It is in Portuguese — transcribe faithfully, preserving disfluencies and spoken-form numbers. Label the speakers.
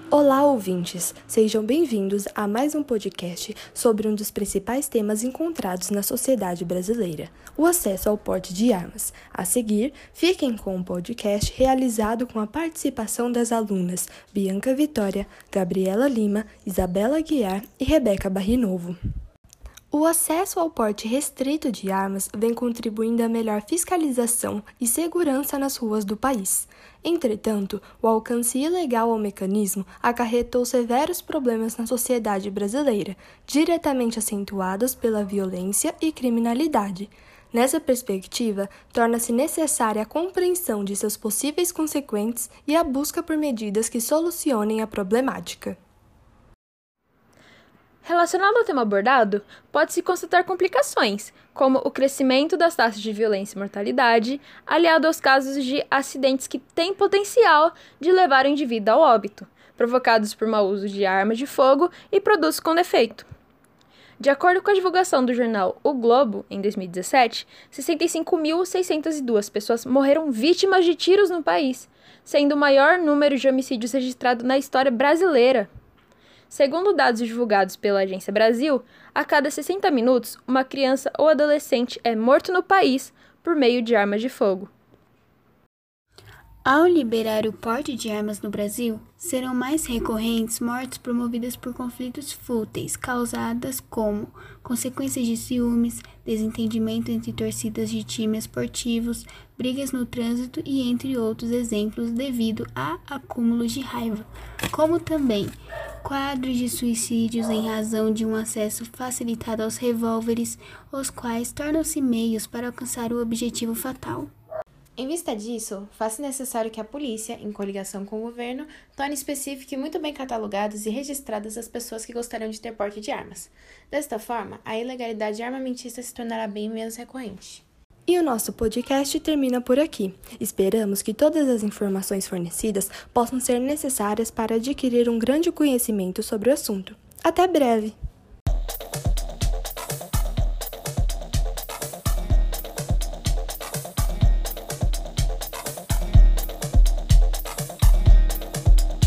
Speaker 1: Olá, ouvintes! Sejam bem-vindos a mais um podcast sobre um dos principais temas encontrados na sociedade brasileira, o acesso ao porte de armas. A seguir, fiquem com o podcast realizado com a participação das alunas Bianca Vitória, Gabriela Lima, Isabela Guiar e Rebeca Barrinovo. O acesso ao porte restrito de armas vem contribuindo à melhor fiscalização e segurança nas ruas do país. Entretanto, o alcance ilegal ao mecanismo acarretou severos problemas na sociedade brasileira, diretamente acentuados pela violência e criminalidade. Nessa perspectiva, torna-se necessária a compreensão de seus possíveis consequentes e a busca por medidas que solucionem a problemática.
Speaker 2: Relacionado ao tema abordado, pode-se constatar complicações, como o crescimento das taxas de violência e mortalidade, aliado aos casos de acidentes que têm potencial de levar o indivíduo ao óbito, provocados por mau uso de armas de fogo e produtos com defeito. De acordo com a divulgação do jornal O Globo, em dois mil e dezessete, sessenta e cinco mil seiscentas e duas pessoas morreram vítimas de tiros no país, sendo o maior número de homicídios registrado na história brasileira. Segundo dados divulgados pela Agência Brasil, a cada sessenta minutos, uma criança ou adolescente é morto no país por meio de armas de fogo.
Speaker 3: Ao liberar o porte de armas no Brasil, serão mais recorrentes mortes promovidas por conflitos fúteis, causadas como consequências de ciúmes, desentendimento entre torcidas de times esportivos, brigas no trânsito e entre outros exemplos devido a acúmulo de raiva, como também quadros de suicídios em razão de um acesso facilitado aos revólveres, os quais tornam-se meios para alcançar o objetivo fatal.
Speaker 4: Em vista disso, faz-se necessário que a polícia, em coligação com o governo, torne específico e muito bem catalogadas e registradas as pessoas que gostariam de ter porte de armas. Desta forma, a ilegalidade armamentista se tornará bem menos recorrente.
Speaker 1: E o nosso podcast termina por aqui. Esperamos que todas as informações fornecidas possam ser necessárias para adquirir um grande conhecimento sobre o assunto. Até breve!